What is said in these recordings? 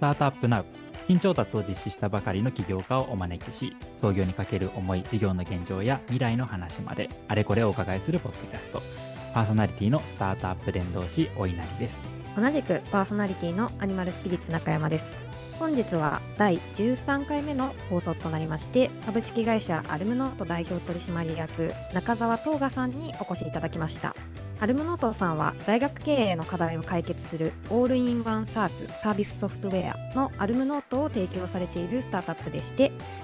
タートアップナウ、資金調達を実施したばかりの起業家をお招きし、創業にかける思い、事業の現状や未来の話まで、あれこれをお伺いするポッドキャスト。パーソナリティのスタートアップ伝道師、お稲荷です。 同じくパーソナリティのアニマルスピリッツ中山です。本日は第13回目の放送となりまして、株式会社アルムノート代表取締役中澤東賀さんにお越しいただきました。アルムノートさんは大学経営の課題を解決するオールインワン SaaS サービスソフトウェアのアルムノートを提供されているスタートアップでして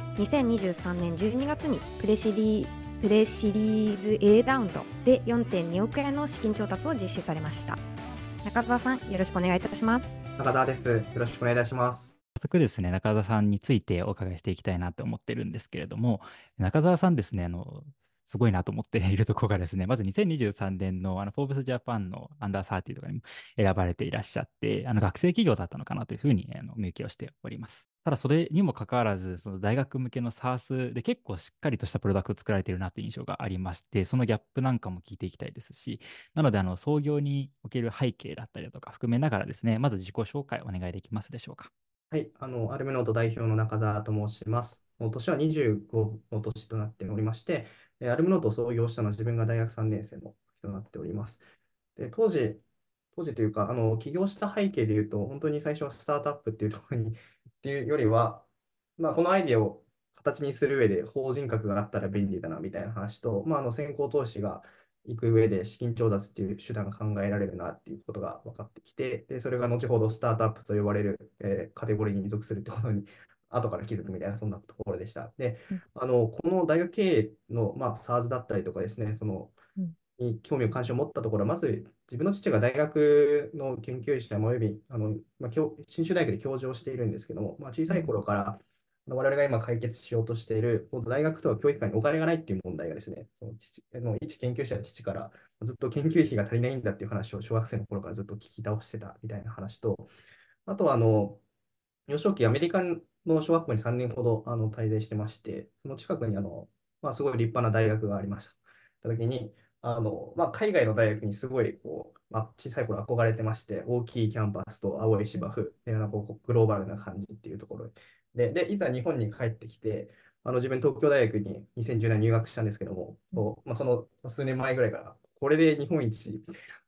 、2023年12月にプレシリーズ A ラウンドで 4.2 億円の資金調達を実施されました。中澤さん、よろしくお願いいたします。 中澤です。よろしくお願いいたします。 早速ですね、中澤さんについてお伺いしていきたいなと思ってるんですけれども、中澤さんですね、すごいなと思っているところがですね、まず2023年のフォーブスジャパンのアンダー30とかにも選ばれていらっしゃって、学生企業だったのかなというふうに見受けをしております。ただそれにもかかわらず、その大学向けの SaaS で結構しっかりとしたプロダクトを作られているなという印象がありまして、そのギャップなんかも聞いていきたいですし、なので創業における背景だったりだとか含めながらですね、まず自己紹介お願いできますでしょうか。 はい、アルムノート代表の中澤と申します。もう年は25の年となっておりまして、アルムノートを創業したのは自分が大学3年生の人となっております。で、当時というか、起業した背景でいうと、本当に最初はスタートアップっていうところにっていうよりは、このアイデアを形にする上で法人格があったら便利だなみたいな話と、先行投資が行く上で資金調達っていう手段が考えられるなっていうことが分かってきて、でそれが後ほどスタートアップと呼ばれる、カテゴリーに属するってことに後から気づくみたいな、そんなところでした。で、この大学経営の、SaaS だったりとかですね、に興味を関心を持ったところは、まず自分の父が大学の研究者および信州大学で教授をしているんですけども、小さい頃から我々が今解決しようとしている、大学とは教育界にお金がないっていう問題がですね、一研究者の父からずっと研究費が足りないんだっていう話を小学生の頃からずっと聞き倒してたみたいな話と、あとは幼少期アメリカの小学校に3年ほど滞在してまして、その近くにすごい立派な大学がありました。た時に海外の大学にすごい小さい頃憧れてまして、大きいキャンパスと青い芝生っていうようなグローバルな感じっていうところで、いざ日本に帰ってきて、自分東京大学に2010年入学したんですけども、その数年前ぐらいから、これで日本一、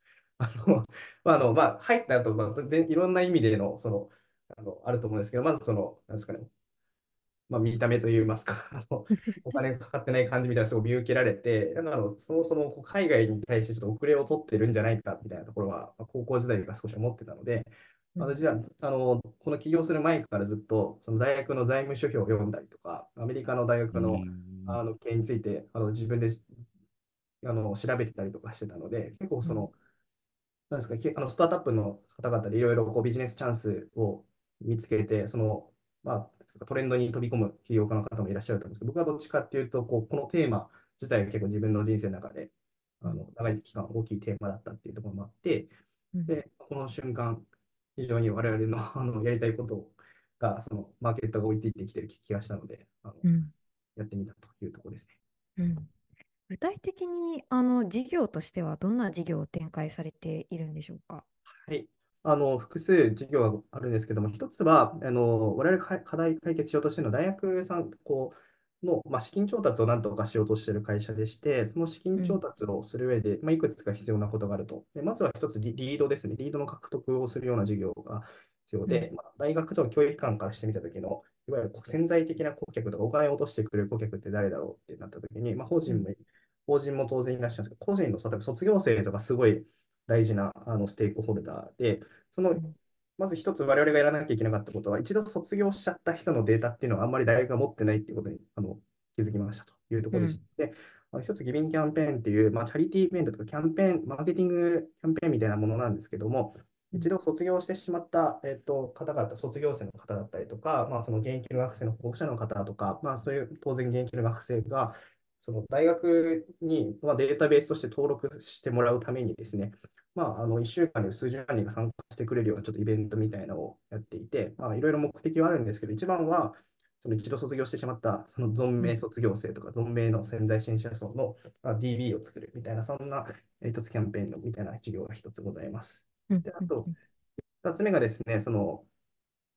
入った後、いろんな意味での、あると思うんですけど、まずなんですかね、見た目といいますか、お金がかかってない感じみたいなすごい見受けられて、だからそもそも海外に対してちょっと遅れを取ってるんじゃないかみたいなところは、高校時代から少し思ってたので、実はこの起業する前からずっと、その大学の財務諸表を読んだりとか、アメリカの大学の、経営について自分で調べてたりとかしてたので、結構なんですか、スタートアップの方々でいろいろビジネスチャンスを見つけて、トレンドに飛び込む起業家の方もいらっしゃると思うんですけど、僕はどっちかっていうと、このテーマ自体が結構自分の人生の中で、長い期間大きいテーマだったっていうところもあって、で、この瞬間、非常に我々の、やりたいことが、マーケットが追いついてきてる気がしたので、やってみたというところですね。 具体的に事業としてはどんな事業を展開されているんでしょうか。 はい。複数事業があるんですけども、一つは、我々が課題解決しようとしているのは、大学さんの、資金調達をなんとかしようとしている会社でして、その資金調達をする上で、いくつか必要なことがあると。でまずは一つリードですね。リードの獲得をするような事業が必要で、大学との教育機関からしてみたときの、いわゆる潜在的な顧客とか、お金を落としてくれる顧客って誰だろうってなったときに、法人も当然いらっしゃるんですけど、個人の例えば卒業生とかすごい大事なステークホルダーで、まず一つ我々がやらなきゃいけなかったことは、一度卒業しちゃった人のデータっていうのはあんまり大学が持ってないっていうことに気づきましたというところでして、一つギビングキャンペーンっていう、チャリティーイベントとかキャンペーン、マーケティングキャンペーンみたいなものなんですけども、一度卒業してしまった、方々、卒業生の方だったりとか、その現役の学生の保護者の方とか、そういう当然現役の学生が、その大学に、データベースとして登録してもらうためにですね、1週間で数十万人が参加してくれるようなちょっとイベントみたいなのをやっていて、いろいろ目的はあるんですけど、一番は、その一度卒業してしまったその存命卒業生とか存命の潜在新社層の DB を作るみたいな、そんな一つキャンペーンのみたいな授業が一つございます。で、あと、二つ目がですね、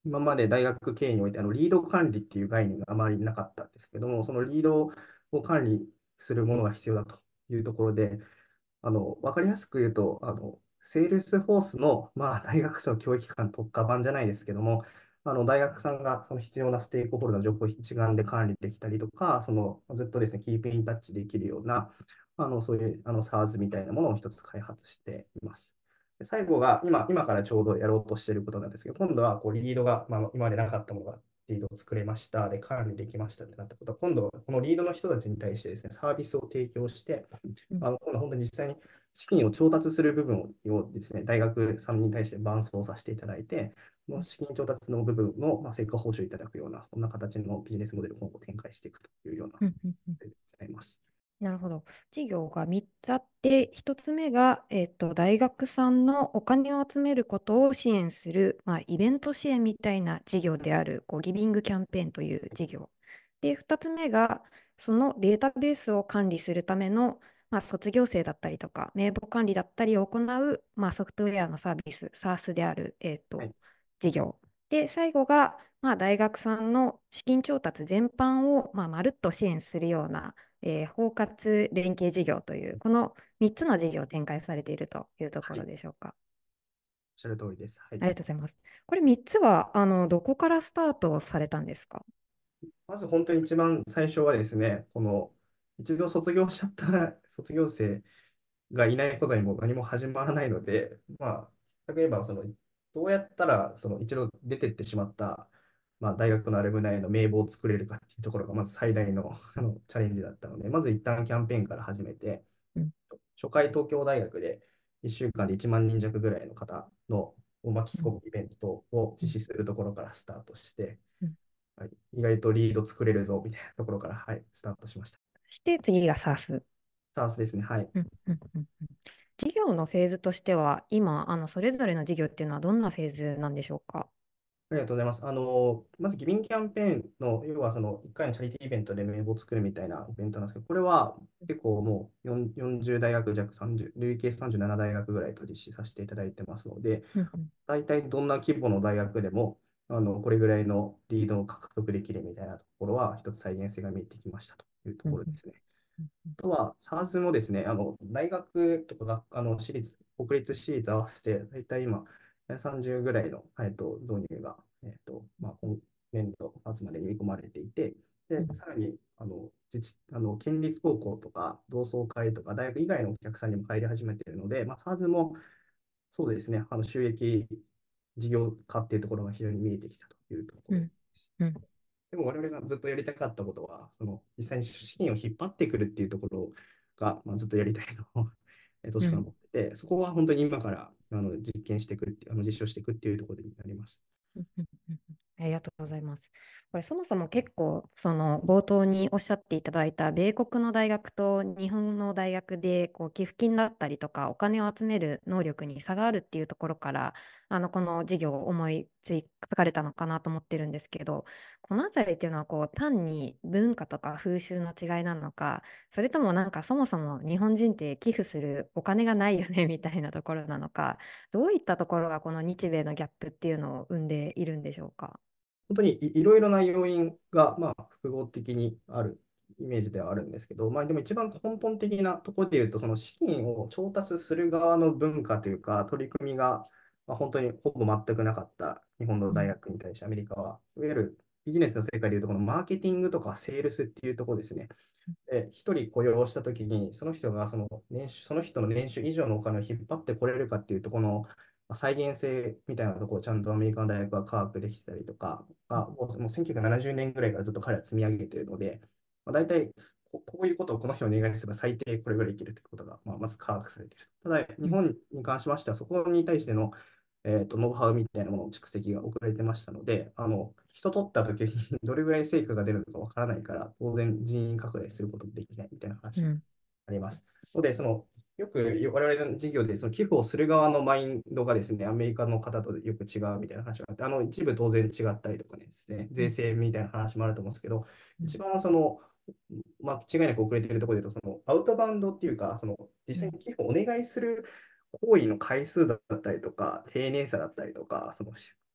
今まで大学経営においてリード管理っていう概念があまりなかったんですけども、そのリードを管理するものが必要だというところで、わかりやすく言うと、セールスフォースの、まあ、大学の教育機関特化版じゃないですけども、大学さんがその必要なステークホルダーの情報を一眼で管理できたりとか、ずっとですね、キープインタッチできるような、そういうSaaS みたいなものを一つ開発しています。で最後が今からちょうどやろうとしていることなんですけど、今度はこうリードが、まあ、今までなかったものがリードを作れました、で、管理できましたってなったことは、今度はこのリードの人たちに対してですね、サービスを提供して、今度本当に実際に資金を調達する部分をですね、大学さんに対して伴走させていただいて、この資金調達の部分の、まあ、成果報酬いただくような、そんな形のビジネスモデルを今後展開していくというようなうんうんうん。 でございます。 なるほど。事業が3つあって、1つ目が、大学さんのお金を集めることを支援する、まあ、イベント支援みたいな事業である、ギビングキャンペーンという事業。で、2つ目が、そのデータベースを管理するための、まあ、卒業生だったりとか、名簿管理だったりを行う、まあ、ソフトウェアのサービス、SaaS である、 はい。 事業。で、最後が、まあ、大学さんの資金調達全般を、まあ、まるっと支援するような、包括連携事業という、この3つの事業を展開されているというところはい。 でしょうか。 おっしゃる通りです。はい。 ありがとうございます。これ3つは、どこからスタートされたんですか？ まず本当に一番最初はですね、一度卒業しちゃった卒業生がいないことにも何も始まらないので、まあ、例えばどうやったら一度出てってしまった、まあ、大学のアルムナイの名簿を作れるかっていうところがまず最大の、チャレンジだったので、まず一旦キャンペーンから始めて、 うん、 初回東京大学で1週間で1万人弱ぐらいの方を巻きうん、 込むイベントをうん、 実施するところからスタートして、 うん。 はい、意外とリード作れるぞみたいなところから、はい、スタートしました。 そして次が SaaS。 SaaS ですね。はい。 うんうんうんうん。事業のフェーズとしては、今、それぞれの事業っていうのはどんなフェーズなんでしょうか？ ありがとうございます。まず、ギビングキャンペーンの、要は1回のチャリティーイベントで名簿を作るみたいなイベントなんですけど、これは結構もう40大学弱、30、累計37大学ぐらいと実施させていただいてますので、 うんうん大体どんな規模の大学でも、これぐらいのリードを獲得できるみたいなところは、一つ再現性が見えてきましたというとうんころですね。 うんうんあとは、SaaS もですね、大学とか国立、私立合わせて、大体今、30ぐらいの、導入が、まあ、今年度末までに見込まれていて、で、 うんさらに、県立高校とか、同窓会とか、大学以外のお客さんにも入り始めているので、まあ、SaaS もそうですね、収益事業化っていうところが非常に見えてきたというところうんです。 うんでも我々がずっとやりたかったことは、実際に資金を引っ張ってくるっていうところが、まあ、ずっとやりたいのを年からうん思ってて、そこは本当に今から実験していくっていう、実証していくっていうところになります。 うんうんうんうん。ありがとうございます。これそもそも結構その冒頭におっしゃっていただいた米国の大学と日本の大学で寄付金だったりとかお金を集める能力に差があるっていうところからこの事業を思いつかれたのかなと思ってるんですけど、このあたりっていうのは単に文化とか風習の違いなのか、それともなんかそもそも日本人って寄付するお金がないよねみたいなところなのか、どういったところがこの日米のギャップっていうのを生んでいるんでしょうか？ 本当にいろいろな要因が、まあ、複合的にあるイメージではあるんですけど、まあ、でも一番根本的なところで言うと、その資金を調達する側の文化というか、取り組みが、まあ、本当にほぼ全くなかった日本の大学に対してアメリカは、いわゆるビジネスの世界でいうと、このマーケティングとかセールスっていうところですね。で、一人雇用したときに、その人がその人の年収以上のお金を引っ張ってこれるかっていうと、この再現性みたいなところをちゃんとアメリカの大学は科学できてたりとか、もう1970年ぐらいからずっと彼は積み上げているので、まあ、大体こういうことをこの人にお願いすれば最低これぐらいいけるということが、まあ、まず科学されている。ただ、日本に関しましては、そこに対してのノウハウみたいなものの蓄積が遅れてましたので、人取った時にどれぐらい成果が出るのかわからないから、当然人員拡大することもできないみたいな話がうんあります。ので、よく我々の事業でその寄付をする側のマインドがですね、アメリカの方とよく違うみたいな話があって、一部当然違ったりとかですね、税制みたいな話もあると思うんですけど、一番間違いなく遅れているところで言うと、アウトバウンドっていうか、実際に寄付をお願いする行為の回数だったりとか、丁寧さだったりとか、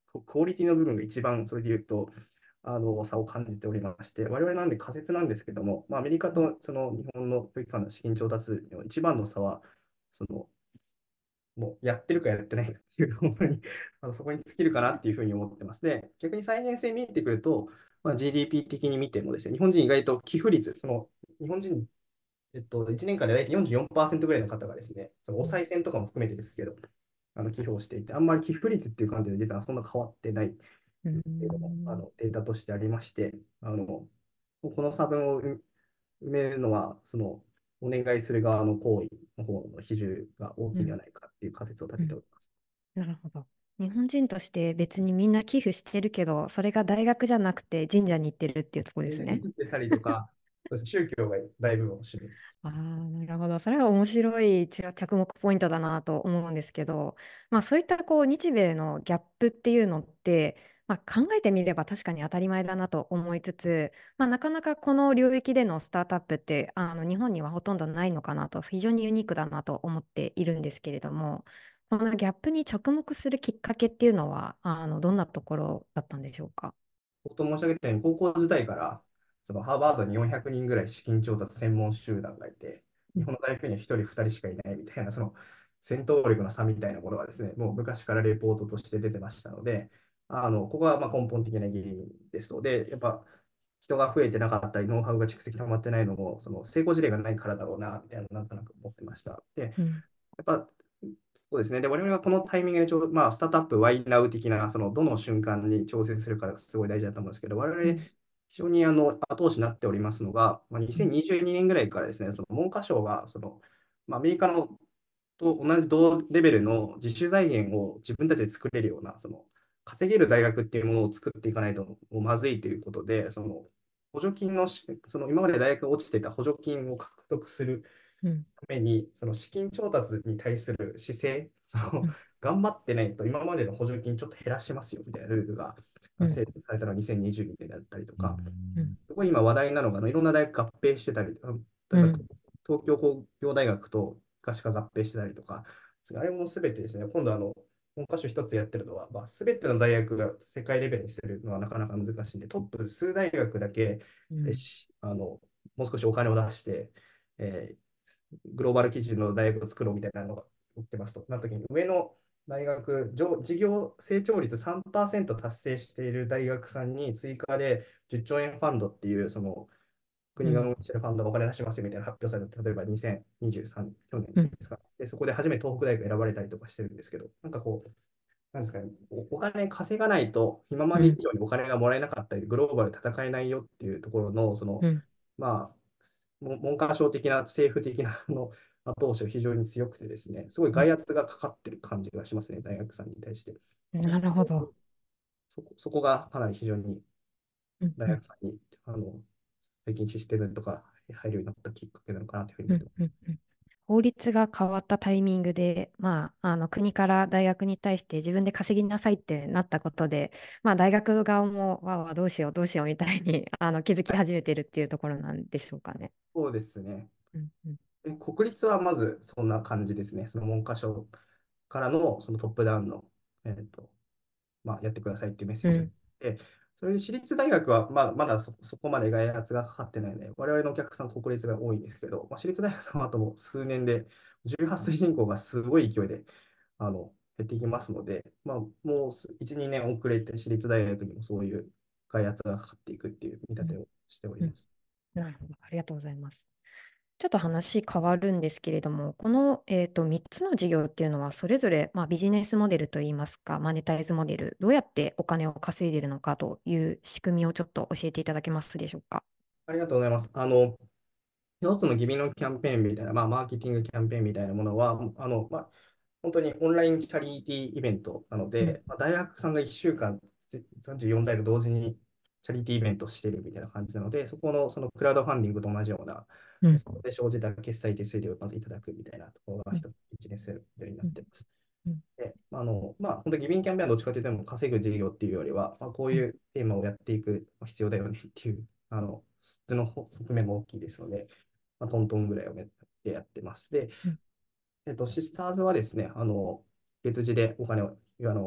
クオリティの部分が一番それで言うと、差を感じておりまして、我々なんで仮説なんですけども、まあ、アメリカとその日本の教育機関の資金調達の一番の差は、そのもうやってるかやってないかっていうところにそこに尽きるかなっていうふうに思ってます。で、逆に再現性見えてくると、まあ、GDP 的に見てもですね、日本人意外と寄付率、日本人、1年間で大体44%ぐらいの方がですね、そのお賽銭とかも含めてですけど、寄付をしていて、あんまり寄付率っていう観点で出たらそんな変わってないってういうのもん。 データとしてありまして、この差分を埋めるのは、お願いする側の行為の方の比重が大きいんではうん。 ないかっていう仮説を立うん。 てております。 なるほど。日本人として別にみんな寄付してるけど、それが大学じゃなくて神社に行ってるっていうところですね。 電車に行ってたりとか、そうです宗教が大部分を占める。 ああ、なるほど。それは面白い着目ポイントだなと思うんですけど、まあそういったこう日米のギャップっていうのって、まあ、考えてみれば確かに当たり前だなと思いつつ、まあ、なかなかこの領域でのスタートアップって日本にはほとんどないのかなと、非常にユニークだなと思っているんですけれども、このギャップに着目するきっかけっていうのはどんなところだったんでしょうか。 冒頭申し上げたように、高校時代からそのハーバードに400人ぐらい資金調達専門集団がいて、 うん。 日本の大学には1人、2人しかいないみたいな、その戦闘力の差みたいなものはですね、もう昔からレポートとして出てましたので、ここはまあ根本的な原因ですので、やっぱ人が増えてなかったり、ノウハウが蓄積溜まってないのも、その成功事例がないからだろうな、みたいな、なんとなく思ってました。で、 うん。 やっぱそうですね。で、我々はこのタイミングでまあ、スタートアップ、ワイナウ的な、どの瞬間に調整するかがすごい大事だと思うんですけど、我々、 うん。 非常に後押しになっておりますのが、まあ、 うん。 2022年ぐらいからですね、その文科省がまあ、アメリカのと同じ同レベルの自主財源を自分たちで作れるような、稼げる大学っていうものを作っていかないともうまずいということで、補助金の今まで大学が落ちていた補助金を獲得するうん。 ために、その資金調達に対する姿勢、 うん。 頑張ってないと今までの補助金ちょっと減らしますよみたいなルールがうん。 制定されたのが2020年だったりとうか、 ん。 すごい今話題なのが、いろんな大学合併してたり、例えばうん。 東京工業大学と科歯科合併してたりとか、あれもすべてですね、今度文科省一つやってるのは、まあ、すべての大学が世界レベルにするのはなかなか難しいんで、トップ数大学だけ、 うん。 もう少しお金を出して、グローバル基準の大学を作ろうみたいなのが起きてますとなった時に、上の大学、事業成長率3%達成している大学さんに追加で10兆円ファンドっていう、国が運営しているファンドがお金出しますよみたいな発表された、例えば2023、去年うん。 ですか。で、そこで初めて東北大学選ばれたりとかしてるんですけど、なんかこう、なんですかね、お金稼がないと、今まで以うん。 上にお金がもらえなかったり、グローバルで戦えないよっていうところの、 うん。 まあ、文科省的な、政府的な後押しが非常に強くてですね、すごい外圧がかかってる感じがしますね、大学さんに対して。 なるほど。 そこがかなり非常にうん。 大うん。 学さんに最近システムとか入るようになったきっかけなのかなというふうにうん。 思ってます。 うん。うん。法律が変わったタイミングで、まあ、国から大学に対して自分で稼ぎなさいってなったことで、まあ、大学側も、わあわあ、どうしよう、どうしようみたいに気づきはい、 始めてるっていうところなんでしょうかね。 そうですね。 うん。うん。 国立はまずそんな感じですね。その文科省からのそのトップダウンの、まあ、やってくださいっていうメッセージをうん。 で、それで私立大学はまだそこまで外圧がかかってないので、我々のお客さん国立が多いんですけど、まあ、私立大学さんはあともう数年で18歳人口がすごい勢いで減っていきますので、まあ、もう1、2年遅れて私立大学にもそういう外圧がかかっていくっていう見うん。 立てをしておりうん。 ます。 なるほど。ありがとうございます。ちょっと話変わるんですけれども、この、3つの事業っていうのは、それぞれ、まあ、ビジネスモデルといいますか、マネタイズモデル、どうやってお金を稼いでいるのかという仕組みをちょっと教えていただけますでしょうか。 ありがとうございます。一つのギビのキャンペーンみたいな、まあ、マーケティングキャンペーンみたいなものは、まあ、本当にオンラインチャリティーイベントなのうん。 で、まあ、大学さんが1週間、34大学同時にチャリティーイベントをしているみたいな感じなので、そこのそのクラウドファンディングと同じような、 うん。 そこで生じた決済手数料をまずいただくみたいなところがうん。 一つビジネスモデルになうん。 っています。 うん。 で、まあ、本当にギビングキャンペーンはどっちかというと、稼ぐ事業っていうよりは、まあ、こううん。 いうテーマをやっていく必要だよねっていう、そっちの側面も大きいですので、まあ、トントンぐらいをやってます。で、 うん。 シスターズはですね、月次でお金を、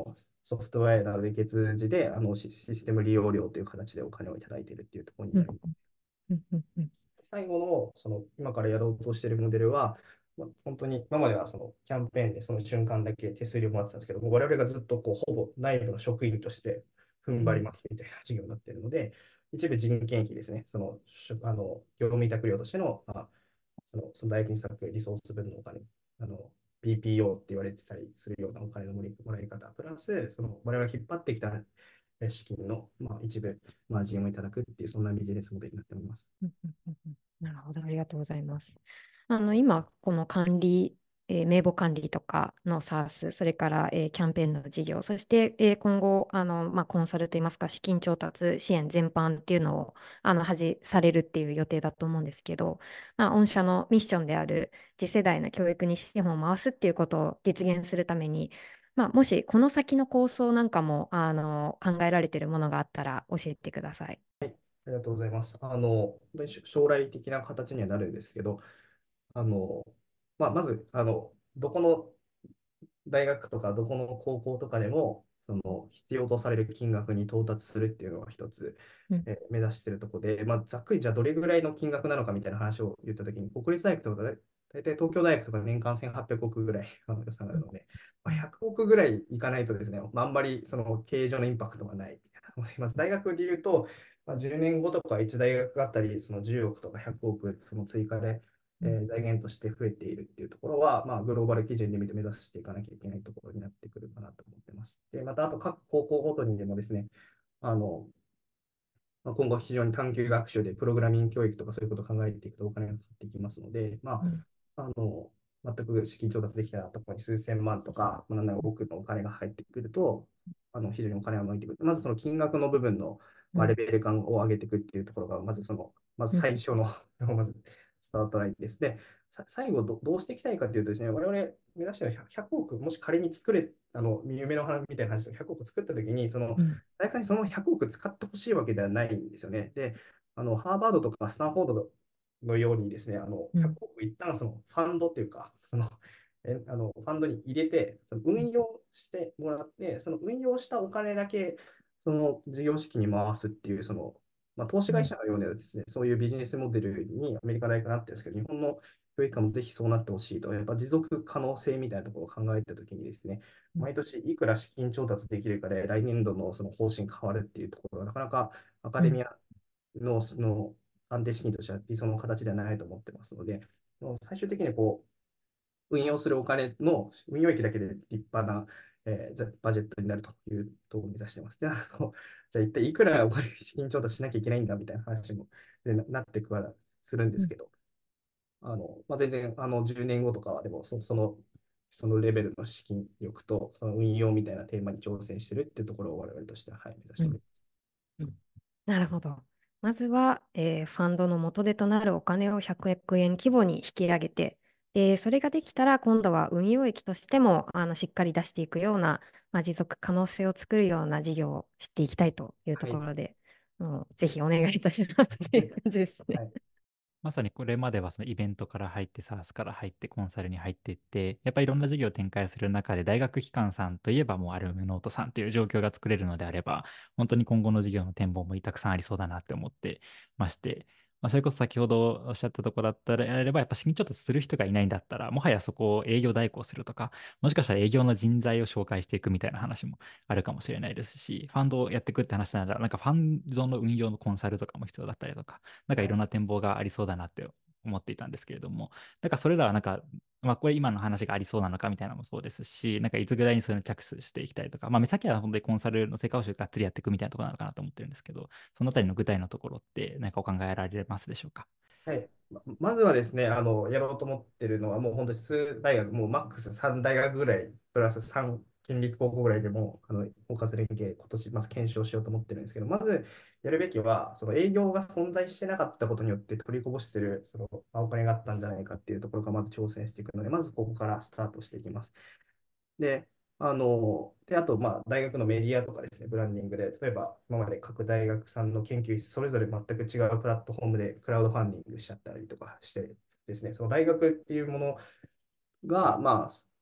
ソフトウェアなどで月次でシステム利用料という形でお金をいただいているっていうところにうん、 なります。 うん、うん、うん。 最後の今からやろうとしているモデルは、本当に今まではキャンペーンでその瞬間だけ手数料もらってたんですけども、我々がずっとほぼ内部の職員として踏ん張りますみたいな事業になっているので、一部人件費ですね、業務委託料としての、その大学に割くリソース分のお金、BPO って言われてたりするようなお金のもらい方、プラス、我々が引っ張ってきた資金の、一部、マージンをいただくっていう、そんなビジネスモデルになっております。 うん、うん、うん、うん。なるほど、ありがとうございます。今、この管理、名簿管理とかの SaaS、それから、キャンペーンの事業、そして、今後、コンサルといいますか、資金調達支援全般っていうのを、されるっていう予定だと思うんですけど、御社のミッションである次世代の教育に資本を回すっていうことを実現するために、もしこの先の構想なんかも、考えられているものがあったら教えてください。 ありがとうございます。本当に将来的な形にはなるんですけど、あの、まず、どこの大学とかどこの高校とかでも、必要とされる金額に到達するっていうのが一つ、 うん、 目指しているところで、ざっくりじゃあどれぐらいの金額なのかみたいな話を言ったときに、国立大学とか大体東京大学とか年間1800億ぐらい予算があうん、 るので、 うん、 100億ぐらいいかないとですね、あんまり経営上のインパクトがないみたいな。まず大学で言うと、10年後とか1大学あたり10億とか100億追加でうん、 財源として増えているっていうところは、グローバル基準で見て目指していかなきゃいけないところになってくるかなと思ってます。で、また、あと各高校ごとにでもですね、あの、今後非常に探究学習でプログラミング教育とかそういうことを考えていくとお金がかかっていきますので、 うん、 全く資金調達できたところに数千万とか、何ら億のお金が入ってくると、非常にお金が向いてくる。まずその金額の部分の、 うん、 レベル感を上げていくっていうところが、まずうん、 最初のまずスタートラインです。で、最後どうしていきたいかというとですね、我々目指している100億、もし仮に作れ、夢の花みたいな話で100億作ったときに、 うん、 大学にその100億使ってほしいわけではないんですよね。で、ハーバードとかスタンフォードのようにですね、100 うん、 億一旦そのファンドっていうか、ファンドに入れて、その運用してもらって、その運用したお金だけ、その事業資金に回すっていう、投資うん、 会社のようなですね、そういうビジネスモデルにアメリカ大学なってるんですけど、日本の教育界もぜひそうなってほしいと、やっぱ持続可能性みたいなところを考えたときにですね、毎年いくら資金調達できるかで、来年度のその方針変わるっていうところが、なかなかアカうん、 デミアの安定資金としては理想の形ではないと思ってますので、最終的に運用するお金の運用益だけで立派な、バジェットになるというとを目指しています。で、じゃあ一体いくらお金資金調達しなきゃいけないんだみたいな話もなってくはするんですけど、全然10年後とかはでもそのレベルの資金力とその運用みたいなテーマに挑戦してるっていうところを我々としては、はい、目指しうん、 ております。 うん。なるほど。まずは、ファンドの元手となるお金を100億円規模に引き上げて、で、それができたら今度は運用益としてもしっかり出していくような、持続可能性を作るような事業をしていきたいというとはい。 ころで、もうぜひお願いいたしますっていう感じですね。 はい。 まさにこれまではそのイベントから入って、SaaS から入って、コンサルに入っていって、やっぱりいろんな事業を展開する中で、大学機関さんといえばもうアルムノートさんという状況が作れるのであれば、本当に今後の事業の展望もたくさんありそうだなって思ってまして、それこそ先ほどおっしゃったところだったら、やればやっぱ資金調達する人がいないんだったら、もはやそこを営業代行するとか、もしかしたら営業の人材を紹介していくみたいな話もあるかもしれないですし、ファンドをやっていくって話なら、なんかファンドの運用のコンサルとかも必要だったりとか、なんかいはい。 ろんな展望がありそうだなって思っていたんですけれども、なんかそれらはなんか、これ今の話がありそうなのかみたいなのもそうですし、なんかいつぐらいにそういうの着手していきたいとか、目先は本当にコンサルの成果報酬がっつりやっていくみたいなところなのかなと思ってるんですけど、そのあたりの具体のところって何かお考えられますでしょうか？ はい。まずはですね、やろうと思ってるのは、もう本当に数大学、もうマックス3大学ぐらい、プラス3県立高校ぐらいでも、包括連携、今年、まず検証しようと思ってるんですけど、まずやるべきは、その営業が存在してなかったことによって取りこぼしてる、お金があったんじゃないかっていうところからまず挑戦していくので、まずここからスタートしていきます。で、あと、大学のメディアとかですね、ブランディングで、例えば、今まで各大学さんの研究室、それぞれ全く違うプラットフォームでクラウドファンディングしちゃったりとかしてですね、その大学っていうものが、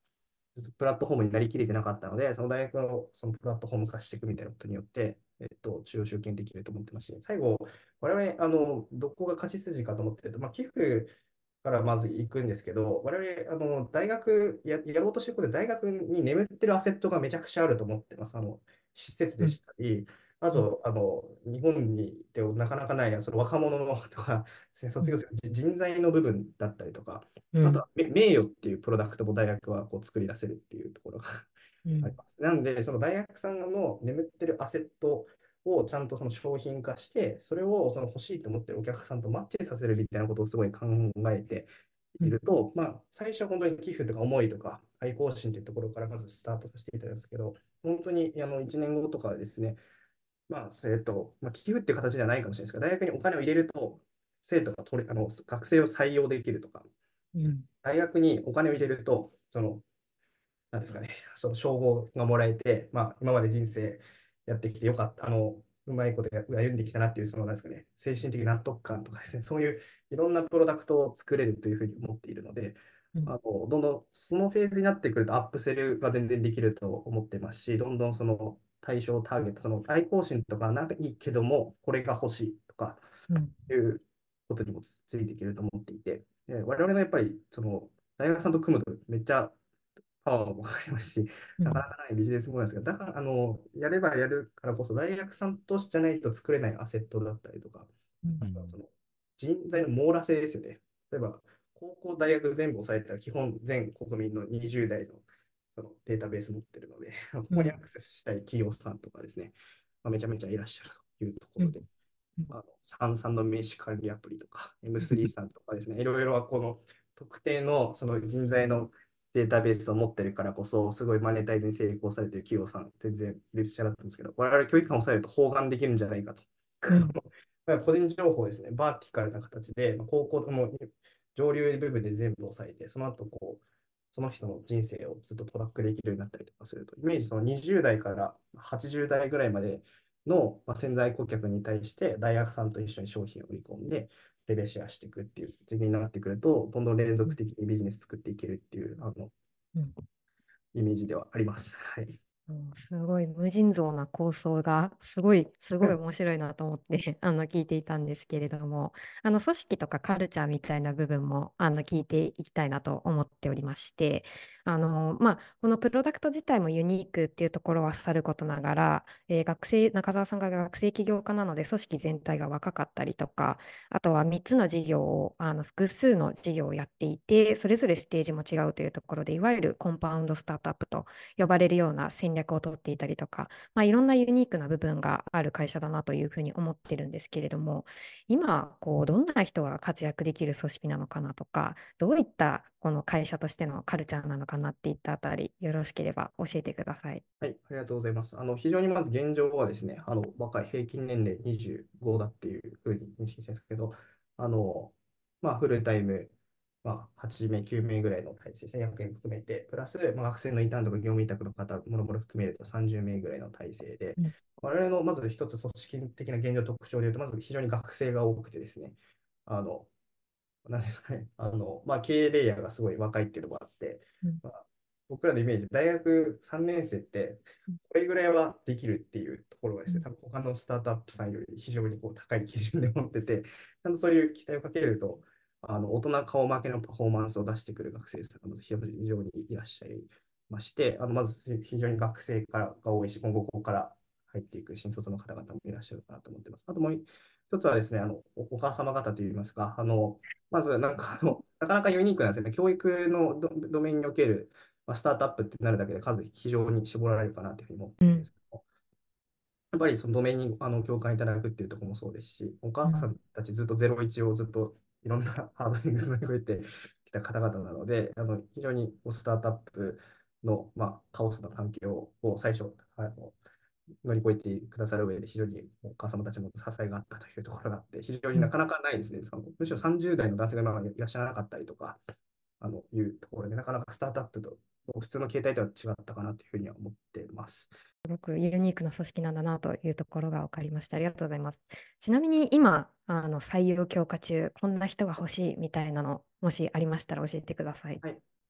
プラットフォームになりきれてなかったので、その大学のそのプラットフォーム化していくみたいなことによって、中央集権できると思ってますし、最後、我々、どこが勝ち筋かと思ってると、寄付からまず行くんですけど、我々、大学やろうとしてることで、大学に眠ってるアセットがめちゃくちゃあると思ってます。施設でしたり、あと、日本にいてなかなかない、その若者のとか、卒業生の人材の部分だったりとか、あとは名誉っていうプロダクトも大学はこう作り出せるっていうところがあります。なんで、その大学さんの眠ってるアセットをちゃんとその商品化して、それをその欲しいと思ってるお客さんとマッチさせるみたいなことをすごい考えていると、最初は本当に寄付とか思いとか愛好心というところからまずスタートさせていただくんですけど、本当に1年後とかですね、寄付っていう形ではないかもしれないですけど、大学にお金を入れると、生徒が学生を採用できるとか、大学にお金を入れると、なんですかね、その称号がもらえて、今まで人生やってきてよかった、うまいこと歩んできたなっていう、なんですかね、精神的納得感とかですね、そういういろんなプロダクトを作れるというふうに思っているので、どんどんそのフェーズになってくるとアップセルが全然できると思ってますし、どんどんその対象ターゲット、その対抗心とかなんかいいけども、これが欲しいとかいうことにもついていけると思っていて、我々がやっぱり大学さんと組むとめっちゃパワーもかかりますし、なかなかないビジネスモデルなんですが、だから、やればやるからこそ、大学さんとしてじゃないと作れないアセットだったりとか、あとはその人材の網羅性ですよね。例えば、高校、大学全部押さえたら、基本全国民の20代のそのデータベース持ってるので、ここにアクセスしたい企業さんとかですね、めちゃめちゃいらっしゃるというところで、三々の名刺管理アプリとか、M3 さんとかですね、いろいろこの特定のその人材のデータベースを持ってるからこそ、すごいマネタイズに成功されている企業さん、全然いらっしゃるんですけど、我々教育官を抑えると包含できるんじゃないかと。個人情報ですね、バーティカルな形で、高校も上流部分で全部抑えて、その後その人の人生をずっとトラックできるようになったりとかすると、イメージその20代から80代ぐらいまでの潜在顧客に対して大学さんと一緒に商品を売り込んで、レベシェアしていくっていう次元になってくると、どんどん連続的にビジネス作っていけるっていうイメージではあります。はい。 すごい無尽蔵な構想がすごい面白いなと思って聞いていたんですけれども、組織とかカルチャーみたいな部分も聞いていきたいなと思っておりまして、このプロダクト自体もユニークっていうところはさることながら、中澤さんが学生起業家なので組織全体が若かったりとか、あとは3つの事業を複数の事業をやっていて、それぞれステージも違うというところで、いわゆるコンパウンドスタートアップと呼ばれるような戦略を取っていたりとか、いろんなユニークな部分がある会社だなというふうに思ってるんですけれども、今どんな人が活躍できる組織なのかなとか、どういったこの会社としてのカルチャーなのかなっていったあたり、よろしければ教えてください。 はい、ありがとうございます。非常にまず現状はですね、若い平均年齢25だっていうふうに認識してるんですけど、フルタイム、8名、9名ぐらいの体制ですね、役員含めて、プラス、学生のインターンとか業務委託の方、もろもろ含めると30名ぐらいの体制で、我々のまず一つ組織的な現状特徴でいうと、まず非常に学生が多くてですね、なんですかね、経営レイヤーがすごい若いっていうのもあって、僕らのイメージ、大学3年生って、これぐらいはできるっていうところがですね、多分他のスタートアップさんより非常に高い基準で持ってて、ちゃんとそういう期待をかけると、大人顔負けのパフォーマンスを出してくる学生さんが非常にいらっしゃいまして、まず非常に学生からが多いし、今後ここから入っていく新卒の方々もいらっしゃるかなと思っています。あともう一つはですね、お母様方といいますか、まずなかなかユニークなんですよね。教育のドメインにおけるスタートアップってなるだけで数非常に絞られるかなというふうに思ってるんですけど、やっぱりそのドメインに共感いただくっていうところもそうですし、お母さんたちずっと01をずっといろんなハードシングス乗り越えてきた方々なので、非常にスタートアップの、カオスな環境を最初、乗り越えてくださる上で、非常にお母様たちも支えがあったというところがあって、非常になかなかないですね。むしろ30代の男性が今までいらっしゃらなかったりとか、いうところで、なかなかスタートアップと普通の形態とは違ったかなというふうには思っています。 すごくユニークな組織なんだなというところが分かりました。ありがとうございます。ちなみに今、採用強化中、こんな人が欲しいみたいなの、もしありましたら教えてください。 はい。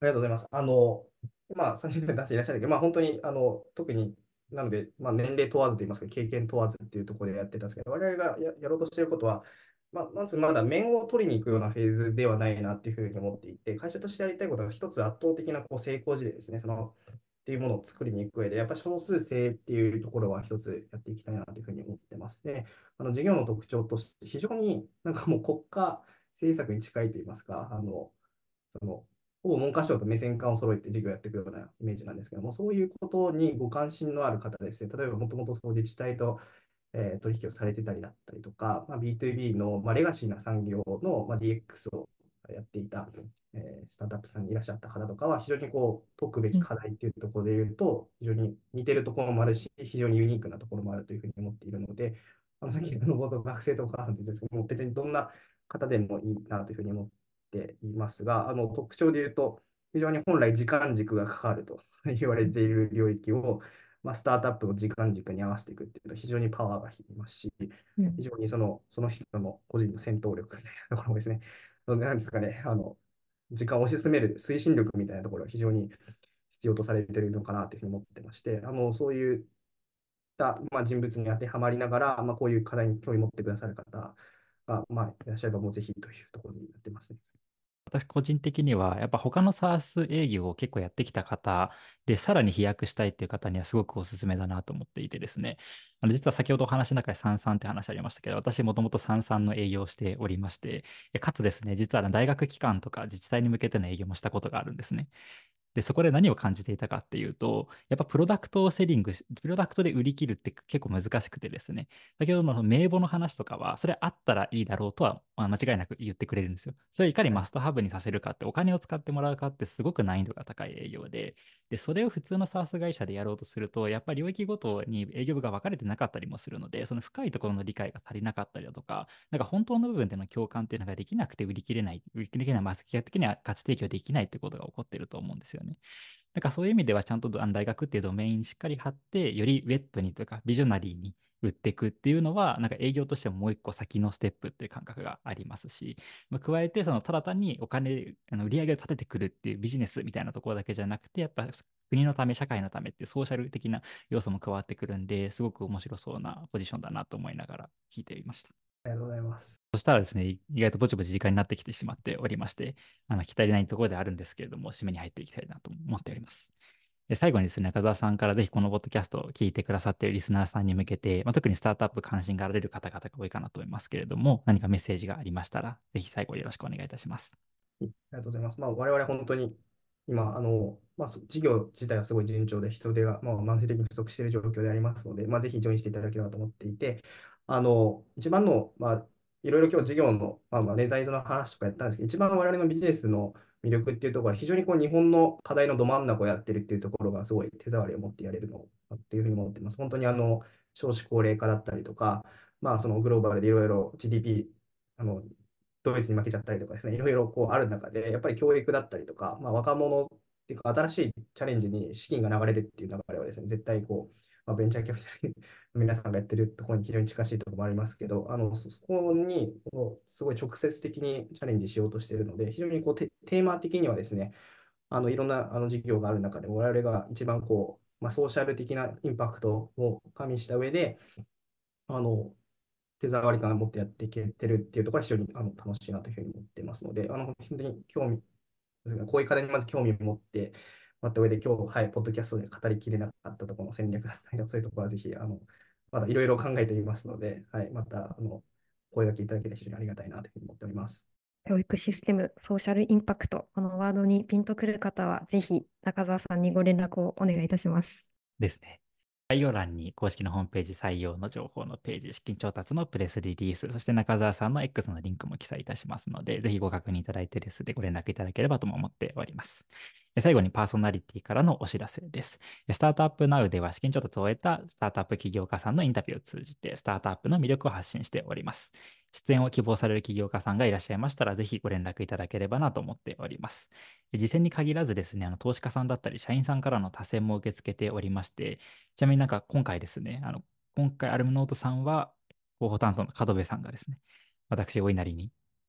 りがとうございます。30分出していらっしゃるけど、本当に、特に、なので、年齢問わずといいますか、経験問わずっていうところでやってたんですけど、我々がやろうとしていることは、まずまだ面を取りに行くようなフェーズではないなっていうふうに思っていて、会社としてやりたいことは一つ圧倒的な成功事例ですね。っていうものを作りに行く上で、やっぱり少数性っていうところは一つやっていきたいなというふうに思ってます。で、事業の特徴として、非常になんかもう国家政策に近いといいますか、その、ほぼ文科省と目線感を揃えて授業をやっていくようなイメージなんですけども、そういうことにご関心のある方ですね、例えばもともと自治体と取引をされてたりだったりとか、B2B の、レガシーな産業の、DX をやっていた、スタートアップさんにいらっしゃった方とかは、非常に解くべき課題っていうところで言うと、非常に似てるところもあるし、非常にユニークなところもあるというふうに思っているので、さっきの冒頭、学生とかって言うんですけども、別にどんな方でもいいなというふうに思っていますが、特徴で言うと、非常に本来時間軸がかかると言われている領域を、スタートアップの時間軸に合わせていくっていうのは非常にパワーがいりますし、非常にその人の個人の戦闘力みたいなところもですね、なんですかね、時間を推し進める推進力みたいなところが非常に必要とされているのかなというふうに思ってまして、そういった、人物に当てはまりながら、こういう課題に興味を持ってくださる方が、いらっしゃればもうぜひというところになってますね。 私個人的には、やっぱ他の SaaS 営業を結構やってきた方で、さらに飛躍したいっていう方にはすごくおすすめだなと思っていてですね。実は先ほどお話の中で33って話ありましたけど、私もともと33の営業をしておりまして、かつですね、実は大学機関とか自治体に向けての営業もしたことがあるんですね。で、そこで何を感じていたかっていうと、やっぱプロダクトをセリングし、プロダクトで売り切るって結構難しくてですね、先ほどの名簿の話とかは、それあったらいいだろうとは、間違いなく言ってくれるんですよ。それをいかにはい。 マストハブにさせるかって、お金を使ってもらうかってすごく難易度が高い営業で、で、それを普通の SaaS 会社でやろうとすると、やっぱり領域ごとに営業部が分かれてなかったりもするので、その深いところの理解が足りなかったりだとか、なんか本当の部分での共感っていうのができなくて売り切れない、売り切れない、結果的には価値提供できないってことが起こっていると思うんですよね。なんかそういう意味ではちゃんと大学っていうドメインにしっかり貼って、よりウェットにというかビジョナリーに売っていくっていうのは、なんか営業としてももう一個先のステップっていう感覚がありますし、加えて、ただ単にお金、売り上げを立ててくるっていうビジネスみたいなところだけじゃなくて、やっぱ国のため、社会のためっていうソーシャル的な要素も加わってくるんで、すごく面白そうなポジションだなと思いながら聞いていました。 ありがとうございます。 そしたらですね、意外とぼちぼち時間になってきてしまっておりまして、聞き足りないところであるんですけれども、締めに入っていきたいなと思っております。で最後にですね、中澤さんからぜひこのポッドキャストを聞いてくださっているリスナーさんに向けて、特にスタートアップ関心があられる方々が多いかなと思いますけれども、何かメッセージがありましたら、ぜひ最後よろしくお願いいたします。 ありがとうございます。我々本当に今、事業自体はすごい順調で人手が、慢性的に不足している状況でありますので、ぜひジョインしていただければと思っていて、一番の、いろいろ今日事業の、ネタイズの話とかやったんですけど、一番我々のビジネスの魅力っていうところは、非常に日本の課題のど真ん中をやってるっていうところが、すごい手触りを持ってやれるのっていうふうに思っています。本当に少子高齢化だったりとか、そのグローバルでいろいろ GDP、ドイツに負けちゃったりとかですね、いろいろある中で、やっぱり教育だったりとか、若者っていうか、新しいチャレンジに資金が流れるっていう流れはですね、絶対ベンチャーキャピタルの皆さんがやってるところに非常に近しいところもありますけど、そこにすごい直接的にチャレンジしようとしているので、非常にテーマ的にはですね、いろんな事業がある中で、我々が一番ソーシャル的なインパクトを加味した上で、あの手触り感を持ってやっていけてるっていうところは非常に楽しいなというふうに思っていますので、本当にこういう課題にまず興味を持ってもらった上で、今日、はい、ポッドキャストで語りきれなかったところの戦略だったりとか、そういうところはぜひ、まだいろいろ考えていますので、はい、また、声掛けいただけたら非常にありがたいなというふうに思っております。 教育システム、ソーシャルインパクト、このワードにピンとくる方は、ぜひ中澤さんにご連絡をお願いいたします。 ですね。概要欄に公式のホームページ採用の情報のページ、資金調達のプレスリリース、そして中澤さんの X のリンクも記載いたしますので、ぜひご確認いただいてですね、ご連絡いただければとも思っております。最後にパーソナリティからのお知らせです。スタートアップナウでは資金調達を終えたスタートアップ起業家さんのインタビューを通じて、スタートアップの魅力を発信しております。出演を希望される起業家さんがいらっしゃいましたら、ぜひご連絡いただければなと思っております。実践に限らずですね、投資家さんだったり、社員さんからの多選も受け付けておりまして、ちなみになんか今回ですね、今回アルムノートさんは広報担当の門部さんがですね、私お稲荷に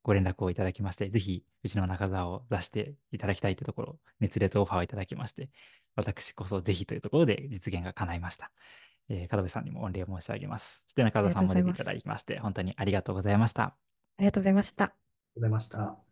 ご連絡をいただきまして、ぜひ、うちの中澤を出していただきたいというところ、熱烈オファーをいただきまして、私こそぜひというところで実現が叶いました。門部さんにも御礼申し上げます。そして中ありが澤さんも出ていたとうございます。 だきまして、本当にありがとうございました。 ありがとうございました。 ございました。